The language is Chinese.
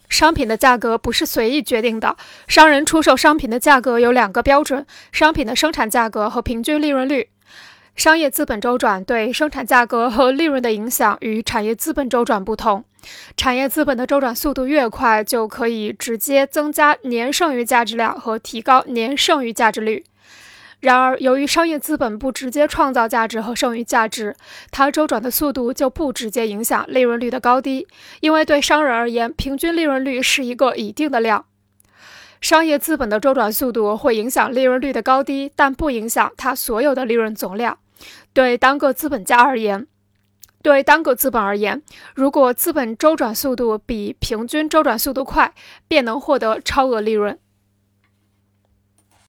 商品的价格不是随意决定的，商人出售商品的价格有两个标准：商品的生产价格和平均利润率。商业资本周转对生产价格和利润的影响与产业资本周转不同。产业资本的周转速度越快，就可以直接增加年剩余价值量和提高年剩余价值率。然而，由于商业资本不直接创造价值和剩余价值，它周转的速度就不直接影响利润率的高低，因为对商人而言，平均利润率是一个已定的量。商业资本的周转速度会影响利润率的高低，但不影响它所有的利润总量。对单个资本而言，如果资本周转速度比平均周转速度快，便能获得超额利润。